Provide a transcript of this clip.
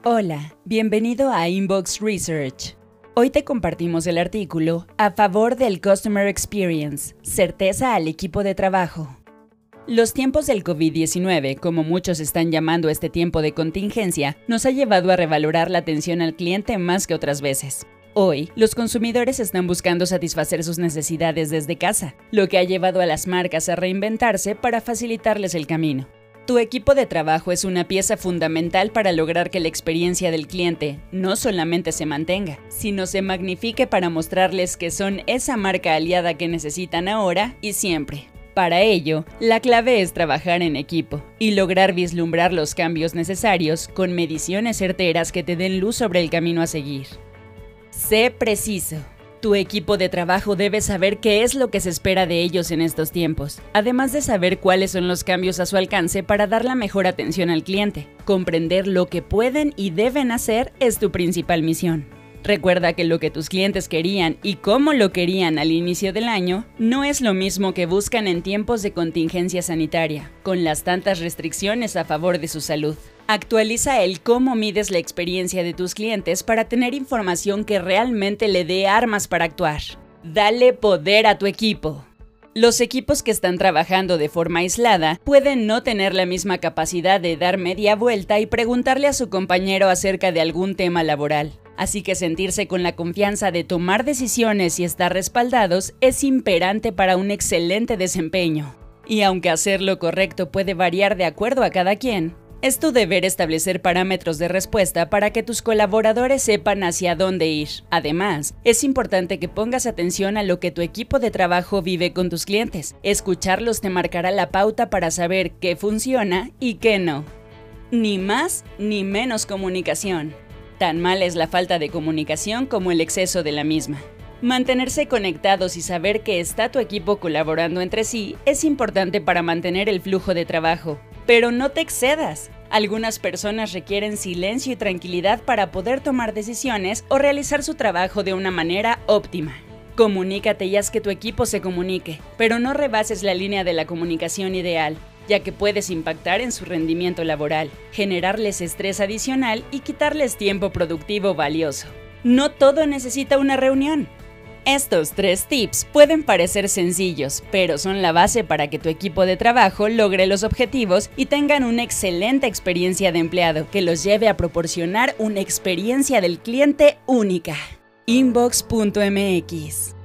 Hola, bienvenido a Inbox Research. Hoy te compartimos el artículo a favor del Customer Experience, certeza al equipo de trabajo. Los tiempos del COVID-19, como muchos están llamando este tiempo de contingencia, nos ha llevado a revalorar la atención al cliente más que otras veces. Hoy, los consumidores están buscando satisfacer sus necesidades desde casa, lo que ha llevado a las marcas a reinventarse para facilitarles el camino. Tu equipo de trabajo es una pieza fundamental para lograr que la experiencia del cliente no solamente se mantenga, sino se magnifique para mostrarles que son esa marca aliada que necesitan ahora y siempre. Para ello, la clave es trabajar en equipo y lograr vislumbrar los cambios necesarios con mediciones certeras que te den luz sobre el camino a seguir. Sé preciso. Tu equipo de trabajo debe saber qué es lo que se espera de ellos en estos tiempos, además de saber cuáles son los cambios a su alcance para dar la mejor atención al cliente. Comprender lo que pueden y deben hacer es tu principal misión. Recuerda que lo que tus clientes querían y cómo lo querían al inicio del año no es lo mismo que buscan en tiempos de contingencia sanitaria, con las tantas restricciones a favor de su salud. Actualiza el cómo mides la experiencia de tus clientes para tener información que realmente le dé armas para actuar. Dale poder a tu equipo. Los equipos que están trabajando de forma aislada pueden no tener la misma capacidad de dar media vuelta y preguntarle a su compañero acerca de algún tema laboral. Así que sentirse con la confianza de tomar decisiones y estar respaldados es imperante para un excelente desempeño. Y aunque hacer lo correcto puede variar de acuerdo a cada quien, es tu deber establecer parámetros de respuesta para que tus colaboradores sepan hacia dónde ir. Además, es importante que pongas atención a lo que tu equipo de trabajo vive con tus clientes. Escucharlos te marcará la pauta para saber qué funciona y qué no. Ni más ni menos comunicación. Tan mala es la falta de comunicación como el exceso de la misma. Mantenerse conectados y saber que está tu equipo colaborando entre sí es importante para mantener el flujo de trabajo. Pero no te excedas. Algunas personas requieren silencio y tranquilidad para poder tomar decisiones o realizar su trabajo de una manera óptima. Comunícate y haz que tu equipo se comunique, pero no rebases la línea de la comunicación ideal, ya que puedes impactar en su rendimiento laboral, generarles estrés adicional y quitarles tiempo productivo valioso. No todo necesita una reunión. Estos 3 tips pueden parecer sencillos, pero son la base para que tu equipo de trabajo logre los objetivos y tengan una excelente experiencia de empleado que los lleve a proporcionar una experiencia del cliente única. Inbox.mx